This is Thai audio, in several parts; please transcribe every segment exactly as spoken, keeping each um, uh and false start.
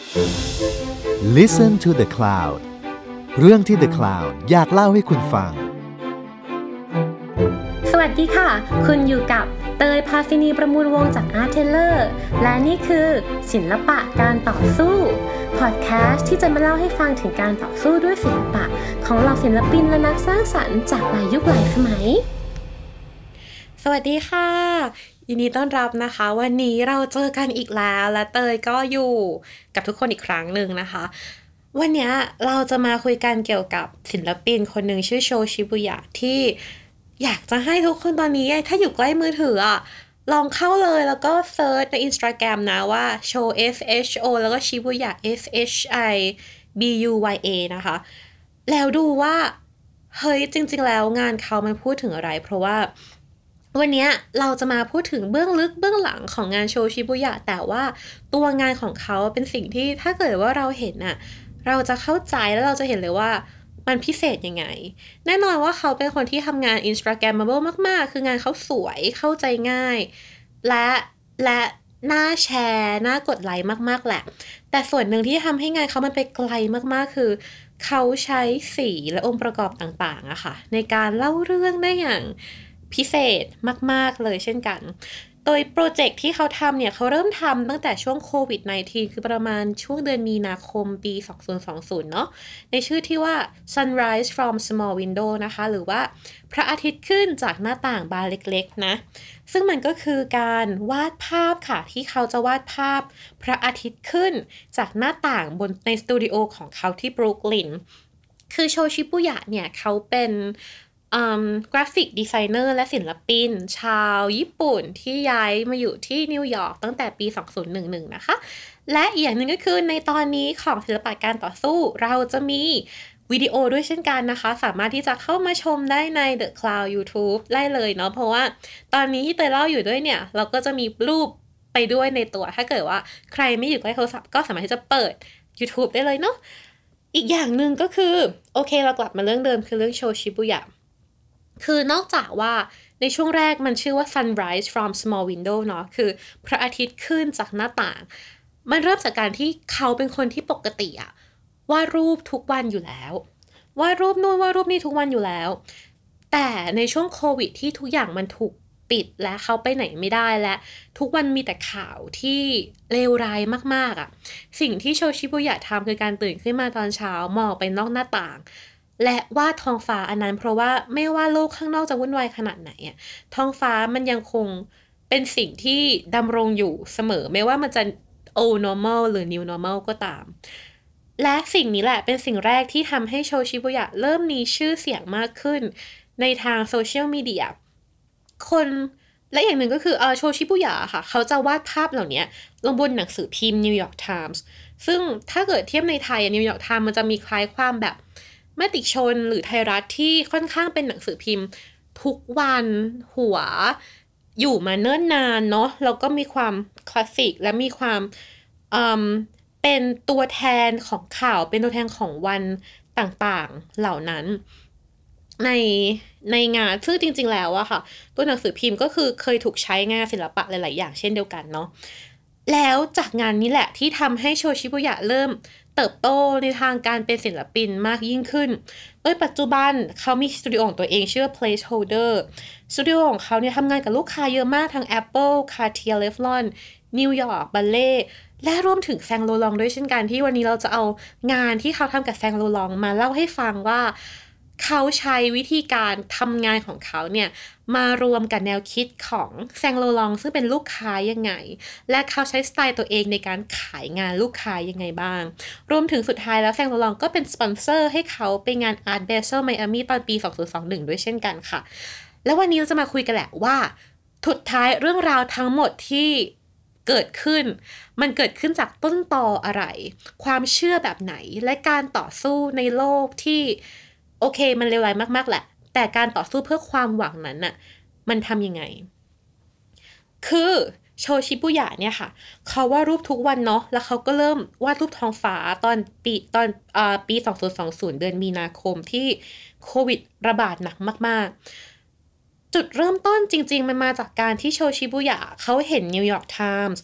Listen to the Cloud เรื่องที่ The Cloud อยากเล่าให้คุณฟังสวัสดีค่ะคุณอยู่กับเตยภาสินีประมูลวงจาก Art Teller และนี่คือศิลปะการต่อสู้พอดแคสต์ที่จะมาเล่าให้ฟังถึงการต่อสู้ด้วยศิลปะของเหล่าศิลปินและนักสร้างสรรค์จากหลายยุคหลายสมัยสวัสดีค่ะยินดีต้อนรับนะคะวันนี้เราเจอกันอีกแล้วและเตยก็อยู่กับทุกคนอีกครั้งหนึ่งนะคะวันนี้เราจะมาคุยกันเกี่ยวกับศิลปินคนหนึ่งชื่อโชชิบุยะที่อยากจะให้ทุกคนตอนนี้ถ้าอยู่ใกล้มือถืออ่ะลองเข้าเลยแล้วก็เซิร์ชใน Instagram นะว่า Sho S H O แล้วก็ Shibuya S H I B U Y A นะคะแล้วดูว่าเฮ้ยจริงๆแล้วงานเขามันพูดถึงอะไรเพราะว่าวันนี้เราจะมาพูดถึงเบื้องลึกเบื้องหลังของงานโชชิบุยะแต่ว่าตัวงานของเขาเป็นสิ่งที่ถ้าเกิดว่าเราเห็นน่ะเราจะเข้าใจแล้วเราจะเห็นเลยว่ามันพิเศษยังไงแน่นอนว่าเขาเป็นคนที่ทำงาน Instagrammable มากๆคืองานเขาสวยเข้าใจง่ายและและน่าแชร์น่ากดไลค์มากๆแหละแต่ส่วนหนึ่งที่ทำให้งานเขามันไปไกลมากๆคือเขาใช้สีและองค์ประกอบต่างๆอะค่ะในการเล่าเรื่องได้อย่างพิเศษมากๆเลยเช่นกันโดยโปรเจกต์ที่เขาทำเนี่ยเขาเริ่มทำตั้งแต่ช่วงโควิด สิบเก้า คือประมาณช่วงเดือนมีนาคมปีสองพันยี่สิบเนาะในชื่อที่ว่า Sunrise from Small Window นะคะหรือว่าพระอาทิตย์ขึ้นจากหน้าต่างบานเล็กๆนะซึ่งมันก็คือการวาดภาพค่ะที่เขาจะวาดภาพพระอาทิตย์ขึ้นจากหน้าต่างบนในสตูดิโอของเขาที่บรุกลินคือโชชิบุยะเนี่ยเขาเป็นกราฟิกดีไซเนอร์และศิลปินชาวญี่ปุ่นที่ย้ายมาอยู่ที่นิวยอร์กตั้งแต่ปีสองพันสิบเอ็ดนะคะและอีกอย่างหนึ่งก็คือในตอนนี้ของศิลปะการต่อสู้เราจะมีวิดีโอด้วยเช่นกันนะคะสามารถที่จะเข้ามาชมได้ใน The Cloud YouTube ได้เลยเนาะเพราะว่าตอนนี้ที่เตยเล่าอยู่ด้วยเนี่ยเราก็จะมีรูปไปด้วยในตัวถ้าเกิดว่าใครไม่อยู่ใกล้โทรศัพท์ก็สามารถที่จะเปิด YouTube ได้เลยเนาะอีกอย่างหนึ่งก็คือโอเคเรากลับมาเรื่องเดิมคือเรื่องโชชิบุยะคือนอกจากว่าในช่วงแรกมันชื่อว่า Sunrise from Small Window เนาะคือพระอาทิตย์ขึ้นจากหน้าต่างมันเริ่มจากการที่เขาเป็นคนที่ปกติอะวาดรูปทุกวันอยู่แล้ววาดรูปนู่นวาดรูปนี่ทุกวันอยู่แล้วแต่ในช่วงโควิดที่ทุกอย่างมันถูกปิดและเขาไปไหนไม่ได้และทุกวันมีแต่ข่าวที่เลวร้ายมากๆอะสิ่งที่โชชิบุยะทำคือการตื่นขึ้นมาตอนเช้ามองไปนอกหน้าต่างและวาดท้องฟ้าอันนั้นเพราะว่าไม่ว่าโลกข้างนอกจะวุ่นวายขนาดไหนอ่ะท้องฟ้ามันยังคงเป็นสิ่งที่ดำรงอยู่เสมอไม่ว่ามันจะ old normal หรือ new normal ก็ตามและสิ่งนี้แหละเป็นสิ่งแรกที่ทำให้โชชิบุยะเริ่มมีชื่อเสียงมากขึ้นในทางโซเชียลมีเดียคนและอย่างหนึ่งก็คือเออโชชิบุยะค่ะเขาจะวาดภาพเหล่านี้ลงบนหนังสือพิมพ์ New York Times ซึ่งถ้าเกิดเทียบในไทย New York Times มันจะมีคล้ายความแบบมติชนหรือไทยรัฐที่ค่อนข้างเป็นหนังสือพิมพ์ทุกวันหัวอยู่มาเนิ่นนานเนาะแล้วก็มีความคลาสสิกและมีความเป็นตัวแทนของข่าวเป็นตัวแทนของวันต่างๆเหล่านั้นในในงานซึ่งจริงๆแล้วอะค่ะตัวหนังสือพิมพ์ก็คือเคยถูกใช้งานศิลปะหลายๆอย่างเช่นเดียวกันเนาะแล้วจากงานนี้แหละที่ทำให้โชชิบุยะเริ่มเติบโตในทางการเป็นศิลปินมากยิ่งขึ้นโดยปัจจุบันเขามีสตูดิโอของตัวเองชื่อ Placeholder สตูดิโอของเขาเนี่ยทำงานกับลูกค้าเยอะมากทั้ง Apple, Cartier, Revlon, New York Ballet และรวมถึงแซงโลลองด้วยเช่นกันที่วันนี้เราจะเอางานที่เขาทำกับแซงโลลองมาเล่าให้ฟังว่าเขาใช้วิธีการทำงานของเขาเนี่ยมารวมกับแนวคิดของแซงโลลองซึ่งเป็นลูกค้ายังไงและเขาใช้สไตล์ตัวเองในการขายงานลูกค้ายังไงบ้างรวมถึงสุดท้ายแล้วแซงโลลองก็เป็นสปอนเซอร์ให้เขาไปงาน Art Basel Miami ตอนปีสองพันยี่สิบเอ็ดด้วยเช่นกันค่ะแล้ววันนี้เราจะมาคุยกันแหละว่าสุดท้ายเรื่องราวทั้งหมดที่เกิดขึ้นมันเกิดขึ้นจากต้นตออะไรความเชื่อแบบไหนและการต่อสู้ในโลกที่โอเคมันเลวร้ายมากๆแหละแต่การต่อสู้เพื่อความหวังนั้นน่ะมันทำยังไงคือโชชิบุยะเนี่ยค่ะเขาวาดรูปทุกวันเนาะแล้วเขาก็เริ่มวาดรูปท้องฟ้าตอนปีตอนอ่าปีสองพันยี่สิบเดือนมีนาคมที่โควิดระบาดหนักมากๆจุดเริ่มต้นจริงๆมันมาจากการที่โชชิบุยะเขาเห็น New York Times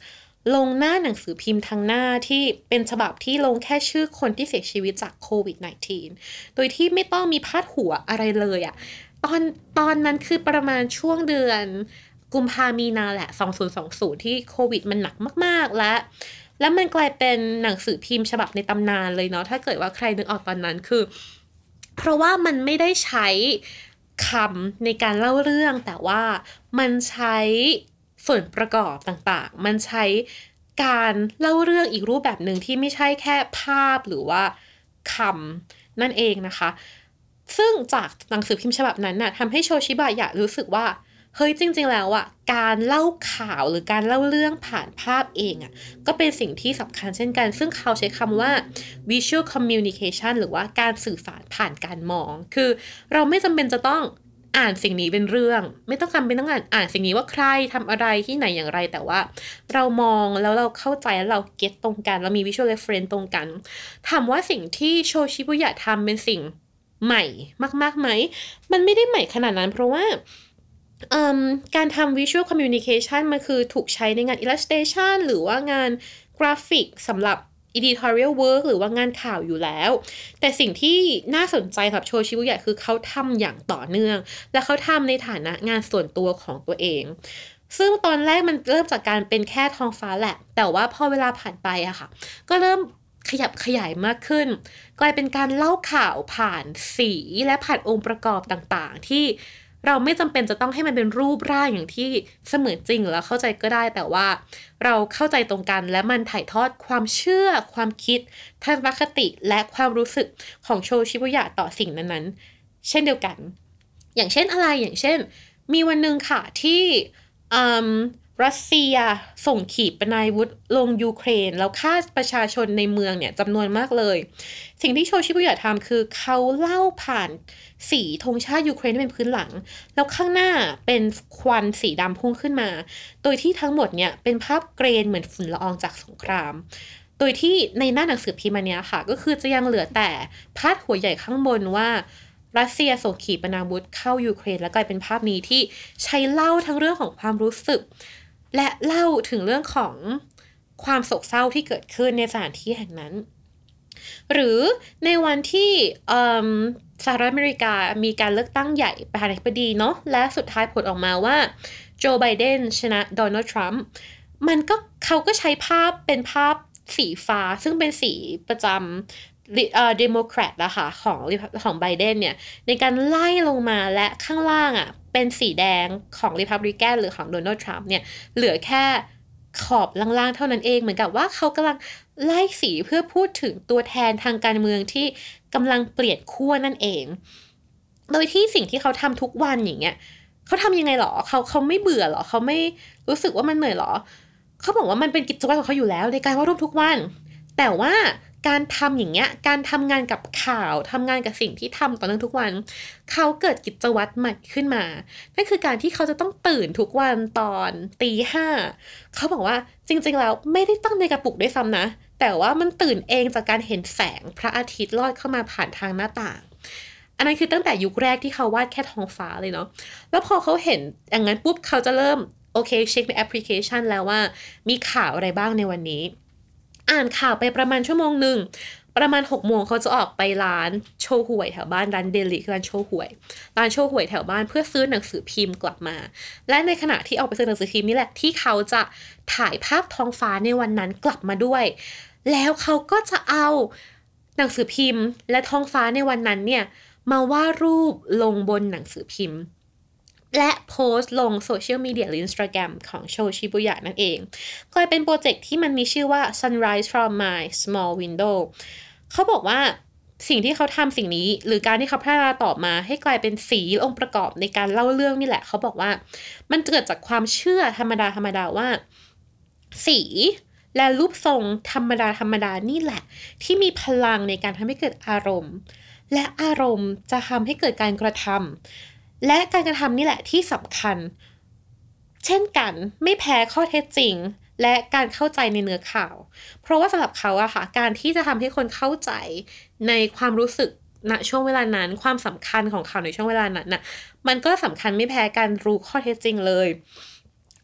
ลงหน้าหนังสือพิมพ์ทางหน้าที่เป็นฉบับที่ลงแค่ชื่อคนที่เสียชีวิตจากโควิด สิบเก้า โดยที่ไม่ต้องมีพาดหัวอะไรเลยอะตอนตอนนั้นคือประมาณช่วงเดือนกุมภามีนาแหละสองพันยี่สิบที่โควิดมันหนักมากๆและแล้วมันกลายเป็นหนังสือพิมพ์ฉบับในตำนานเลยเนาะถ้าเกิดว่าใครนึกออกตอนนั้นคือเพราะว่ามันไม่ได้ใช้คำในการเล่าเรื่องแต่ว่ามันใช้ส่วนประกอบต่างๆมันใช้การเล่าเรื่องอีกรูปแบบหนึ่งที่ไม่ใช่แค่ภาพหรือว่าคำนั่นเองนะคะซึ่งจากหนังสือพิมพ์ฉบับนั้นน่ะทำให้โชชิบะอยากรู้สึกว่าเฮ้ยจริงๆแล้วอ่ะการเล่าข่าวหรือการเล่าเรื่องผ่านภาพเองอ่ะก็เป็นสิ่งที่สำคัญเช่นกันซึ่งเขาใช้คำว่า visual communication หรือว่าการสื่อสารผ่านการมองคือเราไม่จำเป็นจะต้องอ่านสิ่งนี้เป็นเรื่องไม่ต้องจำเป็นต้องอ่านอ่านสิ่งนี้ว่าใครทำอะไรที่ไหนอย่างไรแต่ว่าเรามองแล้วเราเข้าใจแล้วเราเก็ตตรงกันเรามี visual reference ตรงกันถามว่าสิ่งที่โชชิบุยะทำเป็นสิ่งใหม่มากๆไหมมันไม่ได้ใหม่ขนาดนั้นเพราะว่าการทำ visual communication มันคือถูกใช้ในงาน illustration หรือว่างานกราฟิกสำหรับ editorial work หรือว่างานข่าวอยู่แล้วแต่สิ่งที่น่าสนใจสำหรับโชชิบุยะคือเขาทำอย่างต่อเนื่องและเขาทำในฐานะงานส่วนตัวของตัวเองซึ่งตอนแรกมันเริ่มจากการเป็นแค่ท้องฟ้าแหละแต่ว่าพอเวลาผ่านไปอะค่ะก็เริ่มขยับขยายมากขึ้นกลายเป็นการเล่าข่าวผ่านสีและผ่านองค์ประกอบต่างๆที่เราไม่จำเป็นจะต้องให้มันเป็นรูปร่างอย่างที่เสมือนจริงแล้วเข้าใจก็ได้แต่ว่าเราเข้าใจตรงกันและมันถ่ายทอดความเชื่อความคิดทัศนคติและความรู้สึกของโชชิบุยะต่อสิ่งนั้นๆเช่นเดียวกันอย่างเช่นอะไรอย่างเช่นมีวันนึงค่ะที่รัสเซียส่งขีปนาวุธลงยูเครนแล้วฆ่าประชาชนในเมืองเนี่ยจำนวนมากเลยสิ่งที่โชชิบุยะทำคือเขาเล่าผ่านสีธงชาติยูเครนที่เป็นพื้นหลังแล้วข้างหน้าเป็นควันสีดำพุ่งขึ้นมาโดยที่ทั้งหมดเนี่ยเป็นภาพเกรนเหมือนฝุ่นละอองจากสงครามโดยที่ในหน้าหนังสือพิมพ์อันเนี้ยค่ะก็คือจะยังเหลือแต่พาดหัวใหญ่ข้างบนว่ารัสเซียส่งขีปนาวุธเข้ายูเครนแล้วกลายเป็นภาพนี้ที่ใช้เล่าทั้งเรื่องของความรู้สึกและเล่าถึงเรื่องของความโศกเศร้าที่เกิดขึ้นในสถานที่แห่งนั้นหรือในวันที่สหรัฐอเมริกามีการเลือกตั้งใหญ่ประธานาธิบดีเนาะและสุดท้ายผลออกมาว่าโจไบเดนชนะโดนัลด์ทรัมป์มันก็เขาก็ใช้ภาพเป็นภาพสีฟ้าซึ่งเป็นสีประจำเอ่อเดโมแครตละค่ะของของไบเดนเนี่ยในการไล่ลงมาและข้างล่างอ่ะเป็นสีแดงของริพับลิกันหรือของโดนัลด์ทรัมป์เนี่ยเหลือแค่ขอบล่างๆเท่านั้นเองเหมือนกับว่าเขากำลังไล่สีเพื่อพูดถึงตัวแทนทางการเมืองที่กำลังเปลี่ยนขั้วนั่นเองโดยที่สิ่งที่เขาทำทุกวันอย่างเงี้ยเขาทำยังไงหรอเขาเขาไม่เบื่อหรอเขาไม่รู้สึกว่ามันเหนื่อยหรอเขาบอกว่ามันเป็นกิจวัตรของเขาอยู่แล้วในการวาดรูปทุกวันแต่ว่าการทำอย่างเงี้ยการทำงานกับข่าวทำงานกับสิ่งที่ทำต่อเนื่องทุกวันเขาเกิดกิจวัตรใหม่ขึ้นมานั่นคือการที่เขาจะต้องตื่นทุกวันตอนตีห้าเขาบอกว่าจริงๆแล้วไม่ได้ตั้งในกระปุกด้วยซ้ำนะแต่ว่ามันตื่นเองจากการเห็นแสงพระอาทิตย์ลอดเข้ามาผ่านทางหน้าต่างอันนั้นคือตั้งแต่ยุคแรกที่เขาวาดแค่ท้องฟ้าเลยเนาะแล้วพอเขาเห็นอย่างนั้นปุ๊บเขาจะเริ่มโอเคเช็คในแอปพลิเคชันแล้วว่ามีข่าวอะไรบ้างในวันนี้อ่านข่าวไปประมาณชั่วโมงหนึ่งประมาณหกโมงเขาจะออกไปร้านโชว์หวยแถวบ้านร้านเดลิร้านโชว์หวยร้านโชว์หวยแถวบ้านเพื่อซื้อหนังสือพิมพ์กลับมาและในขณะที่ออกไปซื้อหนังสือพิมพ์นี่แหละที่เขาจะถ่ายภาพท้องฟ้าในวันนั้นกลับมาด้วยแล้วเขาก็จะเอาหนังสือพิมพ์และท้องฟ้าในวันนั้นเนี่ยมาวาดรูปลงบนหนังสือพิมพ์และโพสต์ลงโซเชียลมีเดียหรือ Instagram ของโชชิบุยะนั่นเองก็เป็นโปรเจกต์ที่มันมีชื่อว่า Sunrise from my small window เขาบอกว่าสิ่งที่เขาทำสิ่งนี้หรือการที่เขาพัฒนาต่อมาให้กลายเป็นสีองค์ประกอบในการเล่าเรื่องนี่แหละเขาบอกว่ามันเกิดจากความเชื่อธรรมดาธรรมดาว่าสีและรูปทรงธรรมดาธรรมดานี่แหละที่มีพลังในการทำให้เกิดอารมณ์และอารมณ์จะทำให้เกิดการกระทำและการกระทำนี่แหละที่สำคัญเช่นกันไม่แพ้ข้อเท็จจริงและการเข้าใจในเนื้อข่าวเพราะว่าสำหรับเขาอะค่ะการที่จะทำให้คนเข้าใจในความรู้สึกณช่วงเวลานั้นความสำคัญของข่าวในช่วงเวลานั้นน่ะมันก็สำคัญไม่แพ้การรู้ข้อเท็จจริงเลย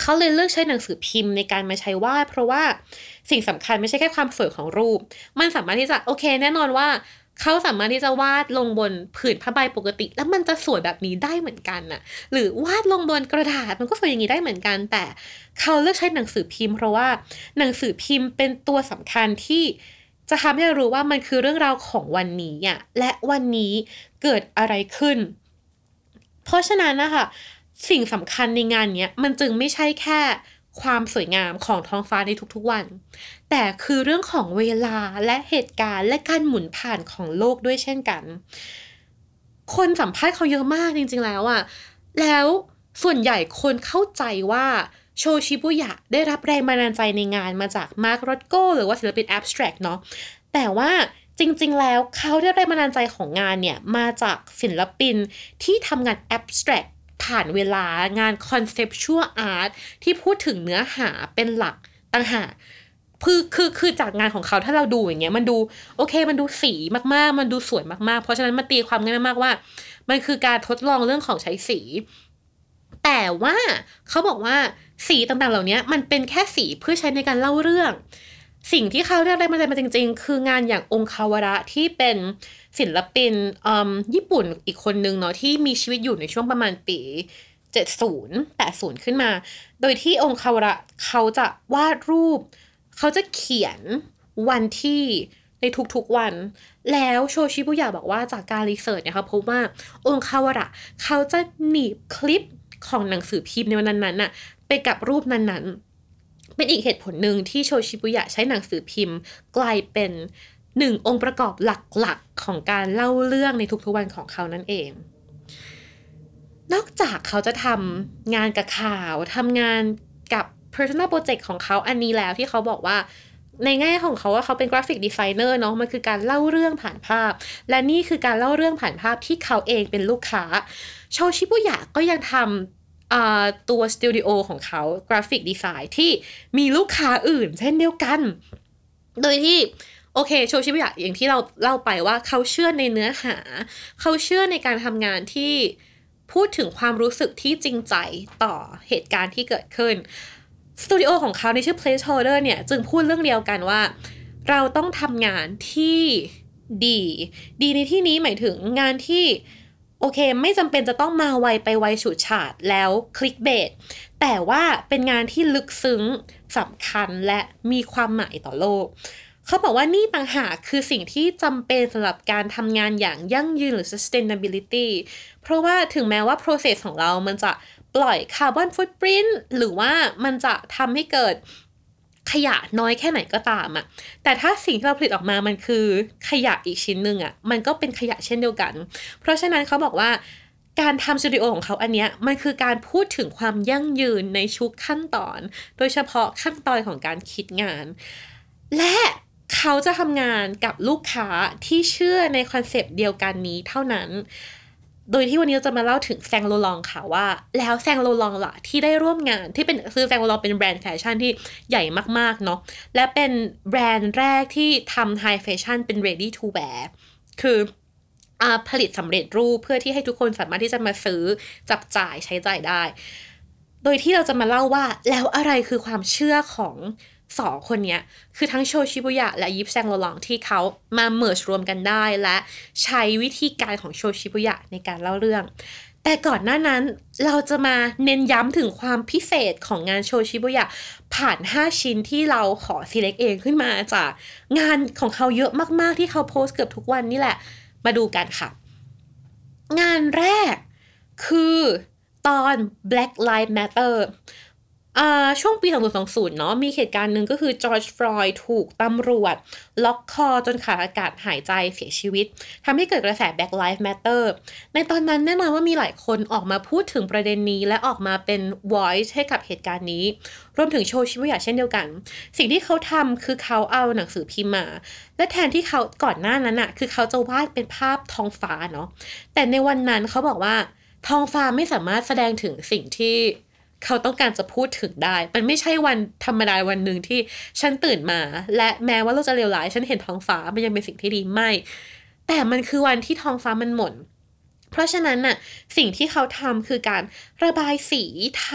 เขาเลยเลือกใช้หนังสือพิมพ์ในการมาใช้วาดเพราะว่าสิ่งสำคัญไม่ใช่แค่ความสวยของรูปมันสามารถที่จะโอเคแน่นอนว่าเขาสามารถที่จะวาดลงบนผืนผ้าใบปกติแล้วมันจะสวยแบบนี้ได้เหมือนกันน่ะหรือวาดลงบนกระดาษมันก็สวยอย่างนี้ได้เหมือนกันแต่เขาเลือกใช้หนังสือพิมพ์เพราะว่าหนังสือพิมพ์เป็นตัวสำคัญที่จะทำให้เรารู้ว่ามันคือเรื่องราวของวันนี้อ่ะและวันนี้เกิดอะไรขึ้นเพราะฉะนั้นนะคะสิ่งสำคัญในงานนี้มันจึงไม่ใช่แค่ความสวยงามของท้องฟ้าในทุกๆวันแต่คือเรื่องของเวลาและเหตุการณ์และการหมุนผ่านของโลกด้วยเช่นกันคนสัมภาษณ์เขาเยอะมากจริงๆแล้วอ่ะแล้วส่วนใหญ่คนเข้าใจว่าโชชิบุยะได้รับแรงบันดาลใจในงานมาจากมาร์ค โรธโกหรือว่าศิลปินแอบสแตรกเนาะแต่ว่าจริงๆแล้วเขาได้แรงบันดาลใจของงานเนี่ยมาจากศิลปินที่ทำงานแอบสแตรกผ่านเวลางานคอนเซปชวลอาร์ตที่พูดถึงเนื้อหาเป็นหลักต่างหากคือคือคือจากงานของเขาถ้าเราดูอย่างเงี้ยมันดูโอเคมันดูสีมากๆมันดูสวยมากๆเพราะฉะนั้นมาตีความง่ายมากว่ามันคือการทดลองเรื่องของใช้สีแต่ว่าเขาบอกว่าสีต่างๆเหล่านี้มันเป็นแค่สีเพื่อใช้ในการเล่าเรื่องสิ่งที่เขาได้มามาจริงๆคืองานอย่างองคาวาระที่เป็นศิลปินญี่ปุ่นอีกคนนึงเนาะที่มีชีวิตอยู่ในช่วงประมาณปีเจ็ดสิบ แปดสิบขึ้นมาโดยที่องคาวาระเขาจะวาดรูปเขาจะเขียนวันที่ในทุกๆวันแล้วโชชิบุยะบอกว่าจากการรีเสิร์ชเนี่ยเขาพบว่าองคาวาระเขาจะหนีบคลิปของหนังสือพิมพ์ในวันนั้นๆน่ะไปกับรูปนั้นๆเป็นอีกเหตุผลหนึ่งที่โชชิบุยะใช้หนังสือพิมพ์กลายเป็นหนึ่งองค์ประกอบหลักๆของการเล่าเรื่องในทุกๆวันของเขานั่นเองนอกจากเขาจะทำงานกับข่าวทำงานกับ personal project ของเขาอันนี้แล้วที่เขาบอกว่าในแง่ของเขาว่าเขาเป็นกราฟิกดีไซเนอร์เนาะมันคือการเล่าเรื่องผ่านภาพและนี่คือการเล่าเรื่องผ่านภาพที่เขาเองเป็นลูกค้าโชชิบุยะก็ยังทำตัวสตูดิโอของเขากราฟิกดีไซน์ที่มีลูกค้าอื่นเช่นเดียวกันโดยที่โอเคโชชิบุยะอย่างที่เราเล่าไปว่าเขาเชื่อในเนื้อหาเขาเชื่อในการทำงานที่พูดถึงความรู้สึกที่จริงใจต่อเหตุการณ์ที่เกิดขึ้นสตูดิโอของเขาในชื่อ Placeholder เนี่ยจึงพูดเรื่องเดียวกันว่าเราต้องทำงานที่ดีดีในที่นี้หมายถึงงานที่โอเคไม่จำเป็นจะต้องมาไวไปไวฉูดฉาดแล้วคลิกเบสแต่ว่าเป็นงานที่ลึกซึ้งสำคัญและมีความหมายต่อโลกเขาบอกว่านี่ต่างหากคือสิ่งที่จำเป็นสำหรับการทำงานอย่างยั่งยืนหรือ sustainability เพราะว่าถึงแม้ว่า process ของเรามันจะปล่อย carbon footprint หรือว่ามันจะทำให้เกิดขยะน้อยแค่ไหนก็ตามอะแต่ถ้าสิ่งที่เราผลิตออกมามันคือขยะอีกชิ้นนึงอะมันก็เป็นขยะเช่นเดียวกันเพราะฉะนั้นเขาบอกว่าการทำสตูดิโอของเขาอันเนี้ยมันคือการพูดถึงความยั่งยืนในทุกขั้นตอนโดยเฉพาะขั้นตอนของการคิดงานและเขาจะทำงานกับลูกค้าที่เชื่อในคอนเซปต์เดียวกันนี้เท่านั้นโดยที่วันนี้เราจะมาเล่าถึงแซงโลลองค่ะว่าแล้วแซงโลลองล่ะที่ได้ร่วมงานที่เป็นคือแซงโลลองเป็นแบรนด์แฟชั่นที่ใหญ่มากๆเนาะและเป็นแบรนด์แรกที่ทำไฮแฟชั่นเป็น ready to wear คืออ่าผลิตสำเร็จรูปเพื่อที่ให้ทุกคนสามารถที่จะมาซื้อจับจ่ายใช้จ่ายได้โดยที่เราจะมาเล่าว่าแล้วอะไรคือความเชื่อของสองคนนี้คือทั้งโชชิบุยะและยิปแซงโลลองที่เขามาเมิร์จรวมกันได้และใช้วิธีการของโชชิบุยะในการเล่าเรื่องแต่ก่อนหน้านั้นเราจะมาเน้นย้ำถึงความพิเศษของงานโชชิบุยะผ่านห้าชิ้นที่เราขอ select เองขึ้นมาจากงานของเขาเยอะมากๆที่เขาโพสต์เกือบทุกวันนี่แหละมาดูกันค่ะงานแรกคือตอน Black Lives Matterอ่าช่วงปีสองพันยี่สิบเนาะมีเหตุการณ์หนึ่งก็คือจอร์จฟลอยด์ถูกตำรวจล็อกคอจนขาดอากาศหายใจเสียชีวิตทำให้เกิดกระแส Black Lives Matter ในตอนนั้นแน่นอนว่ามีหลายคนออกมาพูดถึงประเด็นนี้และออกมาเป็น voice ให้กับเหตุการณ์นี้รวมถึงโชชิบุยะเช่นเดียวกันสิ่งที่เขาทำคือเขาเอาหนังสือพิมพ์มาและแทนที่เขาก่อนหน้านั้นอะคือเขาจะวาดเป็นภาพท้องฟ้าเนาะแต่ในวันนั้นเขาบอกว่าท้องฟ้าไม่สามารถแสดงถึงสิ่งที่เขาต้องการจะพูดถึงได้มันไม่ใช่วันธรรมดาวันหนึ่งที่ฉันตื่นมาและแม้ว่าเราจะเลวร้ายฉันเห็นท้องฟ้ามันยังเป็นสิ่งที่ดีไม่แต่มันคือวันที่ท้องฟ้ามันหม่นเพราะฉะนั้นน่ะสิ่งที่เขาทำคือการระบายสีทั้ง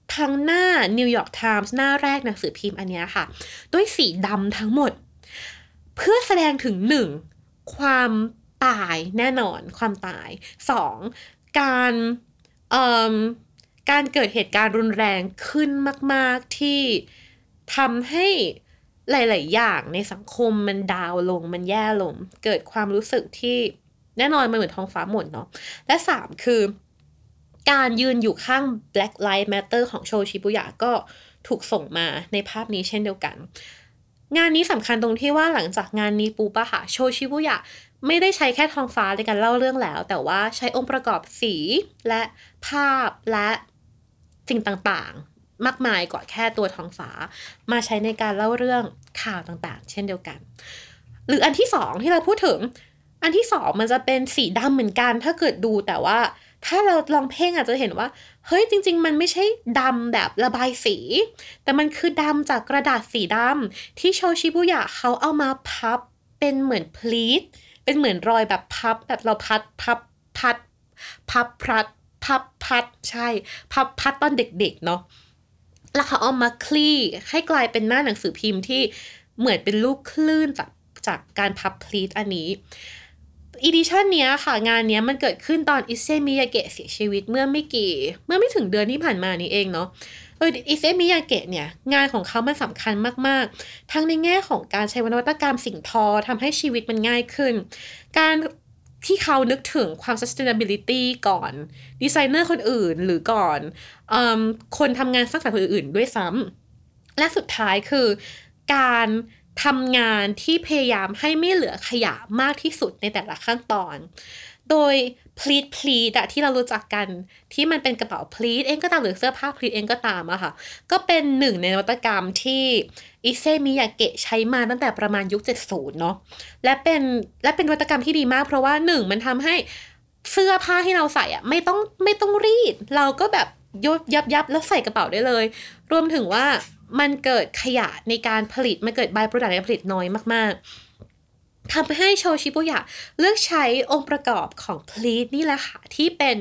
ทั้งหน้า New York Times หน้าแรกหนังสือพิมพ์อันนี้ค่ะด้วยสีดำทั้งหมดเพื่อแสดงถึงหนึ่งความตายแน่นอนความตายสองการเอ่อการเกิดเหตุการณ์รุนแรงขึ้นมากๆที่ทำให้หลายๆอย่างในสังคมมันดาวลงมันแย่ลงเกิดความรู้สึกที่แน่นอนมันเหมือนท้องฟ้าหม่นเนาะและสามคือการยืนอยู่ข้าง Black Lives Matter ของโชชิบุยะก็ถูกส่งมาในภาพนี้เช่นเดียวกันงานนี้สำคัญตรงที่ว่าหลังจากงานนี้ปุ๊บอะค่ะโชชิบุยะไม่ได้ใช้แค่ท้องฟ้าในการเล่าเรื่องแล้วแต่ว่าใช้องค์ประกอบสีและภาพและสิ่งต่างๆมากมายกว่าแค่ตัวท้องฟ้ามาใช้ในการเล่าเรื่องข่าวต่างๆเช่นเดียวกันหรืออันที่สองที่เราพูดถึงอันที่สองมันจะเป็นสีดำเหมือนกันถ้าเกิดดูแต่ว่าถ้าเราลองเพ่งอาจจะเห็นว่าเฮ้ยจริงๆมันไม่ใช่ดำแบบระบายสีแต่มันคือดำจากกระดาษสีดำที่โชชิบุยะเขาเอามาพับเป็นเหมือนพลีทเป็นเหมือนรอยแบบพับแบบเราพัดพับพัดพับพัดพับพัดใช่พับพัดตอนเด็กๆเนาะแล้วเขาเอามาคลี่ให้กลายเป็นหน้าหนังสือพิมพ์ที่เหมือนเป็นลูกคลื่นจากจากการพับพลีทอันนี้อีดิชั่นเนี้ยค่ะงานเนี้ยมันเกิดขึ้นตอนอิเซมิยาเกะเสียชีวิตเมื่อไม่กี่เมื่อไม่ถึงเดือนที่ผ่านมานี้เองเนาะเอออิเซมิยาเกะเนี่ยงานของเขามันสำคัญมากๆทั้งในแง่ของการใช้นวัตกรรมสิ่งทอทำให้ชีวิตมันง่ายขึ้นการที่เขานึกถึงความ sustainability ก่อนดีไซเนอร์คนอื่นหรือก่อนเอ่อคนทำงานสร้างสรรค์คนอื่นๆด้วยซ้ำและสุดท้ายคือการทำงานที่พยายามให้ไม่เหลือขยะมากที่สุดในแต่ละขั้นตอนโดยพลีทพลีทอะที่เรารู้จักกันที่มันเป็นกระเป๋าพลีทเองก็ตามหรือเสื้อผ้าพลีทเองก็ตามอะค่ะก็เป็นหนึ่งในนวัตกรรมที่อิเซมิยาเกะใช้มาตั้งแต่ประมาณยุคเจ็ดสิบเนาะและเป็นและเป็นนวัตกรรมที่ดีมากเพราะว่าหนึ่งมันทำให้เสื้อผ้าที่เราใส่อะไม่ต้องไม่ต้องรีดเราก็แบบยบยับยับแล้วใส่กระเป๋าได้เลยรวมถึงว่ามันเกิดขยะในการผลิตมันเกิด by product ในการผลิตน้อยมากๆทำให้โชชิบุยะเลือกใช้องค์ประกอบของ pleat นี่แหละค่ะที่เป็น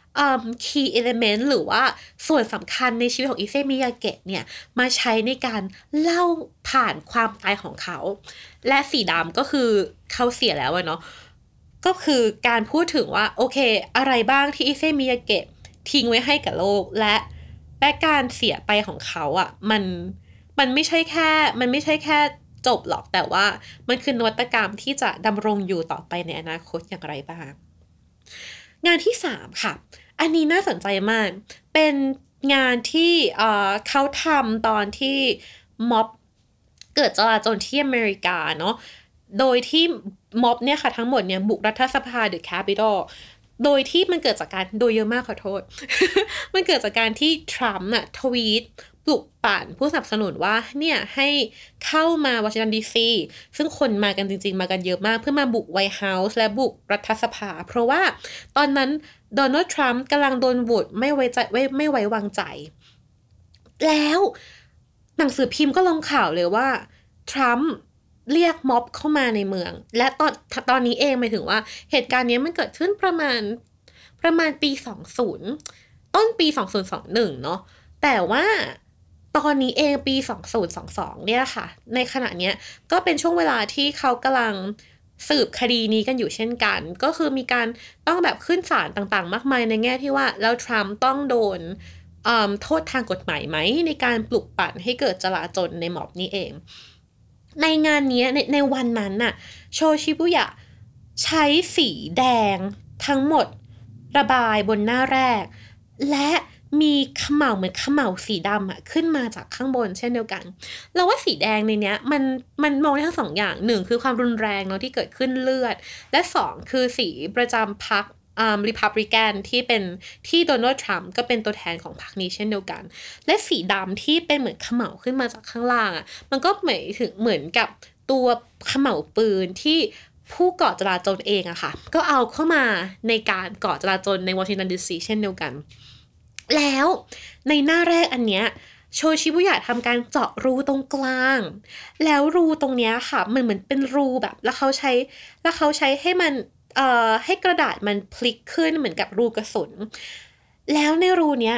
key element หรือว่าส่วนสำคัญในชีวิตของอิเซมิยาเกะเนี่ยมาใช้ในการเล่าผ่านความตายของเขาและสีดำก็คือเขาเสียแล้วเนาะก็คือการพูดถึงว่าโอเคอะไรบ้างที่อิเซมิยาเกะทิ้งไว้ให้กับโลกและและการเสียไปของเขาอ่ะมันมันไม่ใช่แค่มันไม่ใช่แค่จบหรอกแต่ว่ามันคือนวัตกรรมที่จะดำรงอยู่ต่อไปในอนาคตอย่างไรบ้างงานที่สามค่ะอันนี้น่าสนใจมากเป็นงานที่เอ่อเขาทำตอนที่ม็อบเกิดจลาจลที่อเมริกาเนาะโดยที่ม็อบเนี่ยค่ะทั้งหมดเนี่ยบุกรัฐสภา The Capitolโดยที่มันเกิดจากการโดยเยอะมากขอโทษ มันเกิดจากการที่ทรัมป์น่ะทวีตปลุกปั่นผู้สนับสนุนว่าเนี่ยให้เข้ามาวอชิงตันดีซีซึ่งคนมากันจริงๆมากันเยอะมากเพื่อมาบุกไวท์เฮาส์และบุกรัฐสภาเพราะว่าตอนนั้นโดนัลด์ทรัมป์กำลังโดนโหวตไม่ไว้ใจไม่ไม่ไว้วางใจแล้วหนังสือพิมพ์ก็ลงข่าวเลยว่าทรัมป์เรียกม็อบเข้ามาในเมืองและตอนตอนนี้เองหมายถึงว่าเหตุการณ์นี้มันเกิดขึ้นประมาณประมาณปีสองสิบต้นปีสองพันยี่สิบเอ็ดเนาะแต่ว่าตอนนี้เองปีสองพันยี่สิบสองเนี่ยค่ะในขณะนี้ก็เป็นช่วงเวลาที่เขากำลังสืบคดีนี้กันอยู่เช่นกันก็คือมีการต้องแบบขึ้นศาลต่างๆมากมายในแง่ที่ว่าแล้วทรัมป์ต้องโดนโทษทางกฎหมายไหมในการปลุกปั่นให้เกิดจลาจลในม็อบนี้เองในงานนี้ในในวันนั้นน่ะโชชิบุยะใช้สีแดงทั้งหมดระบายบนหน้าแรกและมีเขม่าเหมือนเขม่าสีดำอะขึ้นมาจากข้างบนเช่นเดียวกันเราว่าสีแดงในเนี้ยมันมันมองได้ทั้งสองอย่างหนึ่งคือความรุนแรงเนาะที่เกิดขึ้นเลือดและสองคือสีประจำพรรคอ่า Republican ที่เป็นที่โดนัลด์ทรัมป์ก็เป็นตัวแทนของพรรคนี้เช่นเดียวกันและสีดำที่เป็นเหมือนเขม่าขึ้นมาจากข้างล่างอ่ะมันก็หมายถึงเหมือนกับตัวเขม่าปืนที่ผู้ก่อจลาจลเองอะค่ะก็เอาเข้ามาในการก่อจลาจลในวอชิงตันดีซีเช่นเดียวกันแล้วในหน้าแรกอันเนี้ยโชชิบุยะทำการเจาะรูตรงกลางแล้วรูตรงเนี้ยค่ะมันเหมือนเป็นรูแบบแล้วเขาใช้แล้วเขาใช้ให้มันเอ่อให้กระดาษมันพลิกขึ้นเหมือนกับรูกระสุนแล้วในรูเนี้ย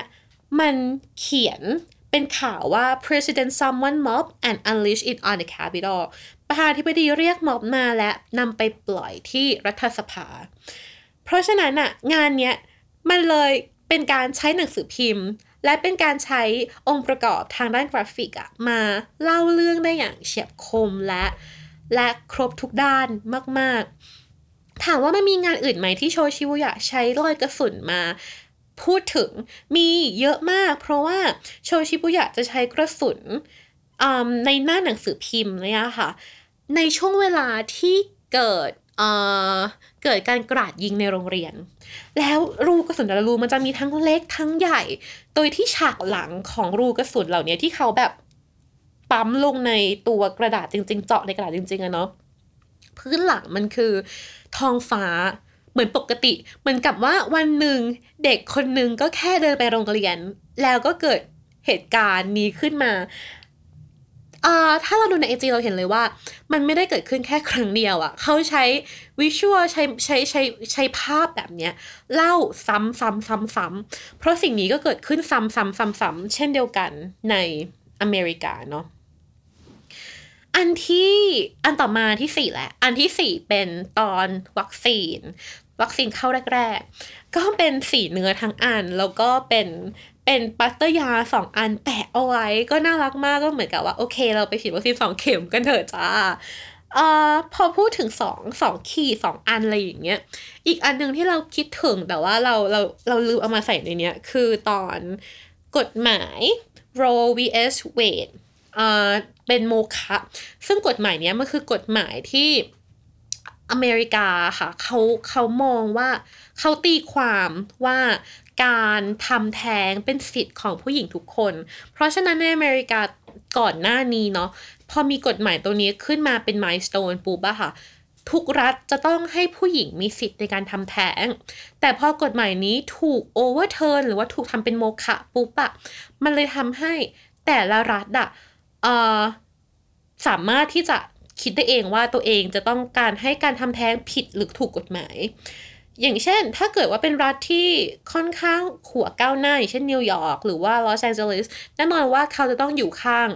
มันเขียนเป็นข่าวว่า President summoned mob and unleashed it on the Capitol ประธานาธิบดีเรียกม็อบมาและนำไปปล่อยที่รัฐสภาเพราะฉะนั้นน่ะงานเนี้ยมันเลยเป็นการใช้หนังสือพิมพ์และเป็นการใช้องค์ประกอบทางด้านกราฟิกอะมาเล่าเรื่องได้อย่างเฉียบคมและและครบทุกด้านมากๆถามว่ามันมีงานอื่นไหมที่โชชิบุยะใช้รอยกระสุนมาพูดถึงมีเยอะมากเพราะว่าโชชิบุยะจะใช้กระสุนในหน้าหนังสือพิมพ์เนี่ยค่ะในช่วงเวลาที่เกิดเอ่อเกิดการกราดยิงในโรงเรียนแล้วรูกระสุนแต่ละรูมันจะมีทั้งเล็กทั้งใหญ่โดยที่ฉากหลังของรูกระสุนเหล่านี้ที่เขาแบบปั๊มลงในตัวกระดาษจริงๆเจาะในกระดาษจริงๆอะเนาะพื้นหลังมันคือท้องฟ้าเหมือนปกติเหมือนกับว่าวันหนึ่งเด็กคนหนึ่งก็แค่เดินไปโรงเรียนแล้วก็เกิดเหตุการณ์นี้ขึ้นมาอ่าถ้าเราดูใน ไอ จี เราเห็นเลยว่ามันไม่ได้เกิดขึ้นแค่ครั้งเดียวอ่ะเขาใช้วิชวลใช้ใช้ใช้ใช้ภาพแบบเนี้ยเล่าซ้ำซ้ำซ้ำซ้ำเพราะสิ่งนี้ก็เกิดขึ้นซ้ำซ้ำซ้ำซ้ำเช่นเดียวกันในอเมริกาเนาะอันที่อันต่อมาที่สี่แหละอันที่สี่เป็นตอนวัคซีนวัคซีนเข้าแรกๆก็เป็นสีเนื้อทั้งอันแล้วก็เป็นเป็นปัตเตอร์ยาสองอันแปะเอาไว้ก็น่ารักมากก็เหมือนกับว่าโอเคเราไปฉีดวัคซีนสองเข็มกันเถอะจ้าเอ่อพอพูดถึงสอง สองขีดสองอันอะไรอย่างเงี้ยอีกอันนึงที่เราคิดถึงแต่ว่าเราเราเราลืมเอามาใส่ในเนี้ยคือตอนกฎหมาย Roe วี เอส Wade เอ่อเป็นโมฆะซึ่งกฎหมายเนี้ยมันคือกฎหมายที่อเมริกาค่ะเขาเขามองว่าเขาตีความว่าการทำแท้งเป็นสิทธิ์ของผู้หญิงทุกคนเพราะฉะนั้นในอเมริกาก่อนหน้านี้เนาะพอมีกฎหมายตัวนี้ขึ้นมาเป็นมายสโตนปุ๊บอะค่ะทุกรัฐจะต้องให้ผู้หญิงมีสิทธิ์ในการทำแท้งแต่พอกฎหมายนี้ถูกโอเวอร์เทิร์นหรือว่าถูกทำเป็นโมฆะปุ๊บอะมันเลยทำให้แต่ละรัฐอะเอ่อสามารถที่จะคิดได้เองว่าตัวเองจะต้องการให้การทำแท้งผิดหรือถูกกฎหมายอย่างเช่นถ้าเกิดว่าเป็นรัฐที่ค่อนข้างหัวก้าวหน้าอย่างเช่นนิวยอร์กหรือว่าลอสแอนเจลิสแน่นอนว่าเขาจะต้องอยู่ข้าง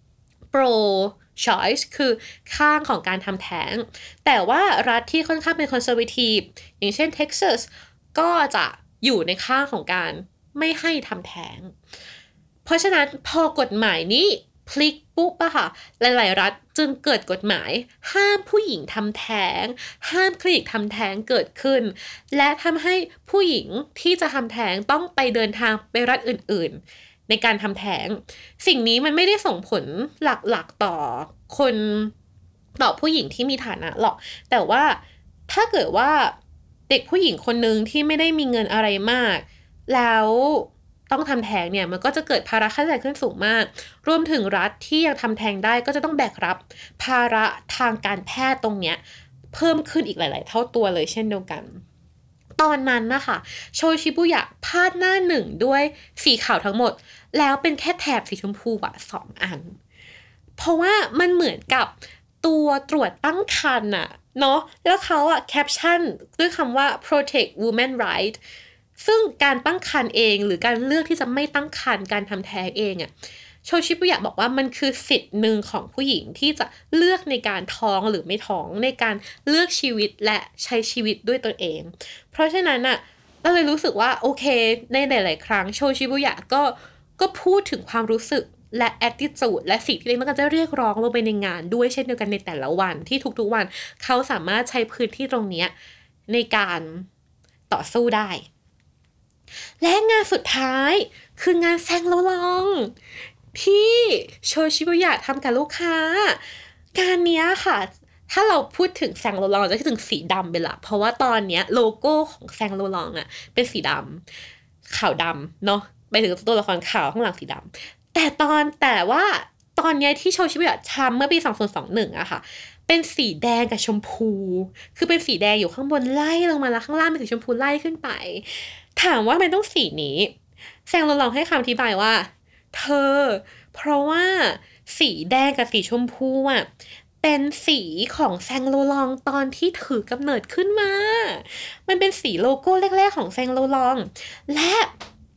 pro choice คือข้างของการทำแท้งแต่ว่ารัฐที่ค่อนข้างเป็นคอนเซอร์เวทีฟอย่างเช่นเท็กซัสก็จะอยู่ในข้างของการไม่ให้ทำแท้งเพราะฉะนั้นพอกฎหมายนี้พลิกปุ๊บอะค่ะหลายๆรัฐจึงเกิดกฎหมายห้ามผู้หญิงทำแท้งห้ามคลินิกทำแท้งเกิดขึ้นและทำให้ผู้หญิงที่จะทำแท้งต้องไปเดินทางไปรัฐอื่นๆในการทำแท้งสิ่งนี้มันไม่ได้ส่งผลหลักๆต่อคนต่อผู้หญิงที่มีฐานะหรอกแต่ว่าถ้าเกิดว่าเด็กผู้หญิงคนนึงที่ไม่ได้มีเงินอะไรมากแล้วต้องทำแท้งเนี่ยมันก็จะเกิดภาระค่าใช้จ่ายขึ้นสูงมากรวมถึงรัฐที่ยังทำแท้งได้ก็จะต้องแบกรับภาระทางการแพทย์ตรงเนี้ยเพิ่มขึ้นอีกหลายๆเท่าตัวเลยเช่นเดียวกันตอนนั้นนะคะโชชิบุยะพาดหน้าหนึ่งด้วยสีขาวทั้งหมดแล้วเป็นแค่แถบสีชมพูอะสองอันเพราะว่ามันเหมือนกับตัวตรวจตั้งครรภ์อะเนาะแล้วเขาอะแคปชั่นด้วยคำว่า protect women rightซึ่งการตั้งครรภ์เองหรือการเลือกที่จะไม่ตั้งครรภ์การทำแท้งเองอ่ะโชชิบุยะบอกว่ามันคือสิทธิ์หนึ่งของผู้หญิงที่จะเลือกในการท้องหรือไม่ท้องในการเลือกชีวิตและใช้ชีวิตด้วยตนเองเพราะฉะนั้นอ่ะเราเลยรู้สึกว่าโอเคในหลายๆครั้งโชชิบุยะก็ก็พูดถึงความรู้สึกและ attitude และสิ่งที่มันก็จะเรียกร้องลงไปในงานด้วยเช่นเดียวกันในแต่ละวันที่ทุกๆวันเขาสามารถใช้พื้นที่ตรงนี้ในการต่อสู้ได้และงานสุดท้ายคืองานแซงโลลองที่โชชิบุยะทำกับลูกค้าการนี้ค่ะถ้าเราพูดถึงแซงโลลองจะคิดถึงสีดำไปละเพราะว่าตอนนี้โลโก้ของแซงโลลองอ่ะเป็นสีดำขาวดำเนาะไปถึงตัวละครขาวข้างหลังสีดำแต่ตอนแต่ว่าตอนนี้ที่โชชิบุยะทำเมื่อปีสองพันยี่สิบเอ็ดอะค่ะเป็นสีแดงกับชมพูคือเป็นสีแดงอยู่ข้างบนไล่ลงมาแล้วข้างล่างเป็นสีชมพูไล่ขึ้นไปถามว่ามันต้องสีนี้แซงโลลองให้คำอธิบายว่าเธอเพราะว่าสีแดงกับสีชมพูอ่ะเป็นสีของแซงโลลองตอนที่ถือกำเนิดขึ้นมามันเป็นสีโลโก้แรกๆของแซงโลลองและต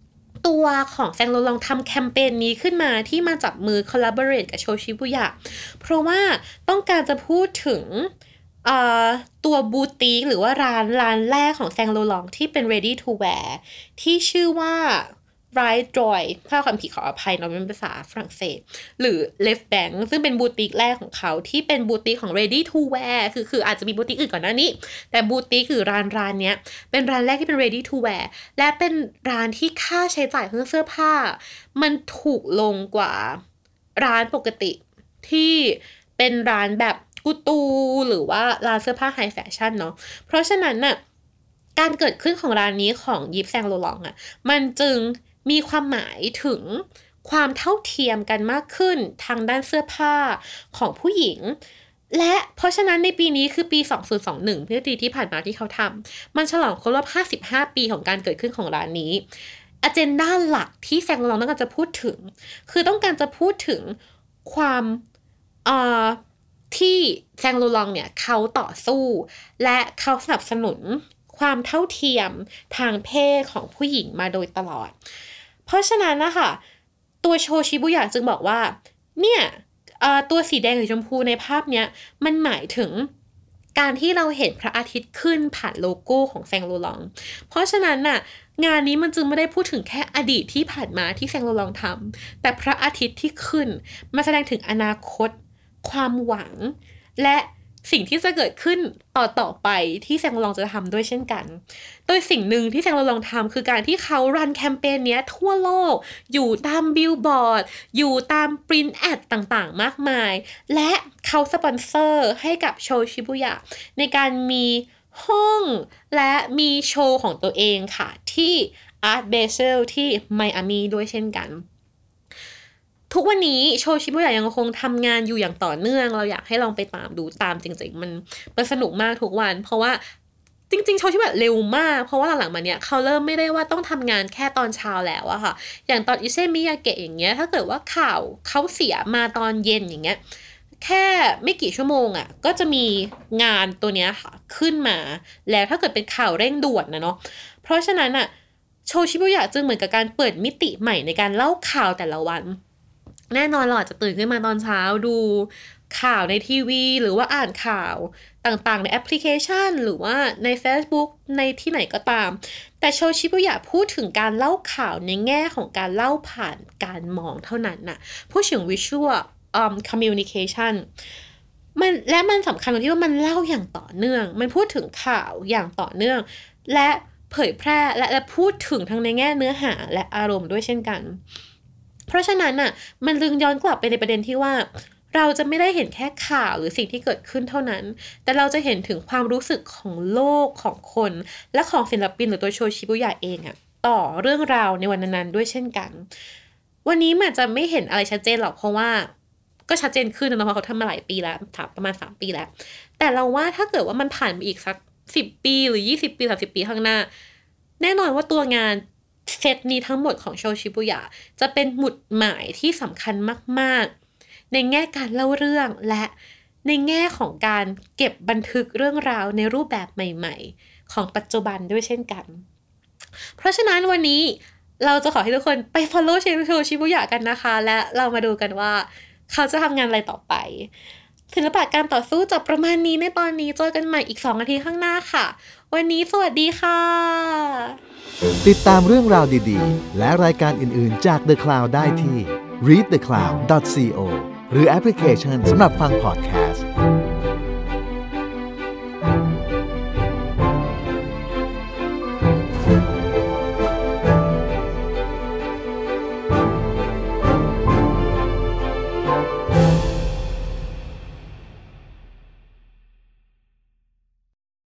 ตัวของแซงโลลองทำแคมเปญนี้ขึ้นมาที่มาจับมือ collaborate กับโชชิบุยะเพราะว่าต้องการจะพูดถึงตัวบูติกหรือว่าร้านร้านแรกของแซงโลลองที่เป็น ready to wear ที่ชื่อว่า Right Joy ถ้าความผิดขออภัยเนาะเป็นภาษาฝรั่งเศสหรือ Left Bank ซึ่งเป็นบูติกแรกของเขาที่เป็นบูติกของ ready to wear คือคืออาจจะมีบูติกอื่นก่อนหน้านี้แต่บูติกคือร้านร้านเนี้ยเป็นร้านแรกที่เป็น ready to wear และเป็นร้านที่ค่าใช้จ่ายเครื่องเสื้อผ้ามันถูกลงกว่าร้านปกติที่เป็นร้านแบบกูตูหรือว่าร้านเสื้อผ้าไฮแฟชั่นเนาะเพราะฉะนั้นน่ะการเกิดขึ้นของร้านนี้ของยิปแซงโลลองอ่ะมันจึงมีความหมายถึงความเท่าเทียมกันมากขึ้นทางด้านเสื้อผ้าของผู้หญิงและเพราะฉะนั้นในปีนี้คือปีสองพันยี่สิบเอ็ดพฤศจิกายนที่ผ่านมาที่เขาทำมันฉลองครบรอบห้าสิบห้าปีของการเกิดขึ้นของร้านนี้อเจนดาหลักที่แซงโลลองต้องการจะพูดถึงคือต้องการจะพูดถึงความเอ่อที่แซงโลลองเนี่ยเขาต่อสู้และเขาสนับสนุนความเท่าเทียมทางเพศของผู้หญิงมาโดยตลอดเพราะฉะนั้นนะคะตัวโชชิบุยะจึงบอกว่าเนี่ยตัวสีแดงหรือชมพูในภาพเนี้ยมันหมายถึงการที่เราเห็นพระอาทิตย์ขึ้นผ่านโลโก้ของแซงโลลองเพราะฉะนั้นน่ะงานนี้มันจึงไม่ได้พูดถึงแค่อดีตที่ผ่านมาที่แซงโลลองทำแต่พระอาทิตย์ที่ขึ้นมาแสดงถึงอนาคตความหวังและสิ่งที่จะเกิดขึ้นต่อต่อไปที่แซงโลลองจะทำด้วยเช่นกันโดยสิ่งหนึ่งที่แซงโลลองทำคือการที่เขารันแคมเปญนี้ทั่วโลกอยู่ตามบิลบอร์ดอยู่ตามปรินท์แอดต่างๆมากมายและเขาสปอนเซอร์ให้กับโชชิบุยะในการมีห้องและมีโชว์ของตัวเองค่ะที่ Art Basel ที่ไมอามีด้วยเช่นกันทุกวันนี้โชชิบุยะยังคงทำงานอยู่อย่างต่อเนื่องเราอยากให้ลองไปตามดูตามจริงๆมันมันสนุกมากทุกวันเพราะว่าจริงๆโชชิบุยะเร็วมากเพราะว่าหลังๆมาเนี้ยเขาเริ่มไม่ได้ว่าต้องทำงานแค่ตอนเช้าแล้วอะค่ะอย่างตอนอิเซมิยาเกะอย่างเงี้ยถ้าเกิดว่าข่าวเขาเสียมาตอนเย็นอย่างเงี้ยแค่ไม่กี่ชั่วโมงอะก็จะมีงานตัวเนี้ยค่ะขึ้นมาแล้วถ้าเกิดเป็นข่าวเร่งด่วนนะเนาะเพราะฉะนั้นอะโชชิบุยะจึงเหมือนกับการเปิดมิติใหม่ในการเล่าข่าวแต่ละวันแน่นอนเราอาจจะตื่นขึ้นมาตอนเช้าดูข่าวในทีวีหรือว่าอ่านข่าวต่างๆในแอปพลิเคชันหรือว่าใน Facebook ในที่ไหนก็ตามแต่โชชิบุยะพูดถึงการเล่าข่าวในแง่ของการเล่าผ่านการมองเท่านั้นน่ะพูดถึง visual um, communication มันและมันสำคัญตรงที่ว่ามันเล่าอย่างต่อเนื่องมันพูดถึงข่าวอย่างต่อเนื่องและเผยแพร่และและพูดถึงทั้งในแง่เนื้อหาและอารมณ์ด้วยเช่นกันเพราะฉะนั้นน่ะมันดึงย้อนกลับไปในประเด็นที่ว่าเราจะไม่ได้เห็นแค่ข่าวหรือสิ่งที่เกิดขึ้นเท่านั้นแต่เราจะเห็นถึงความรู้สึกของโลกของคนและของศิลปินหรือตัวโชชิบุยะเองอะต่อเรื่องราวในวันนั้นๆด้วยเช่นกันวันนี้มันจะไม่เห็นอะไรชัดเจนหรอกเพราะว่าก็ชัดเจนขึ้นนะเพราะเขาทำมาหลายปีแล้วประมาณสามปีแล้วแต่เราว่าถ้าเกิดว่ามันผ่านไปอีกสักสิบปีหรือยี่สิบปีสามสิบปีข้างหน้าแน่นอนว่าตัวงานเซตนี้ทั้งหมดของโชชิบุยะจะเป็นหมุดหมายที่สำคัญมากๆในแง่การเล่าเรื่องและในแง่ของการเก็บบันทึกเรื่องราวในรูปแบบใหม่ๆของปัจจุบันด้วยเช่นกันเพราะฉะนั้นวันนี้เราจะขอให้ทุกคนไป follow โชชิบุยะกันนะคะและเรามาดูกันว่าเขาจะทำงานอะไรต่อไปศิลปะการต่อสู้จบประมาณนี้ในตอนนี้เจอกันใหม่อีกสองนาทีข้างหน้าค่ะวันนี้สวัสดีค่ะติดตามเรื่องราวดีๆและรายการอื่นๆจาก The Cloud ได้ที่ รีด เดอะ คลาวด์ ดอท ซี โอ หรือแอปพลิเคชันสำหรับฟังพอดแคสต์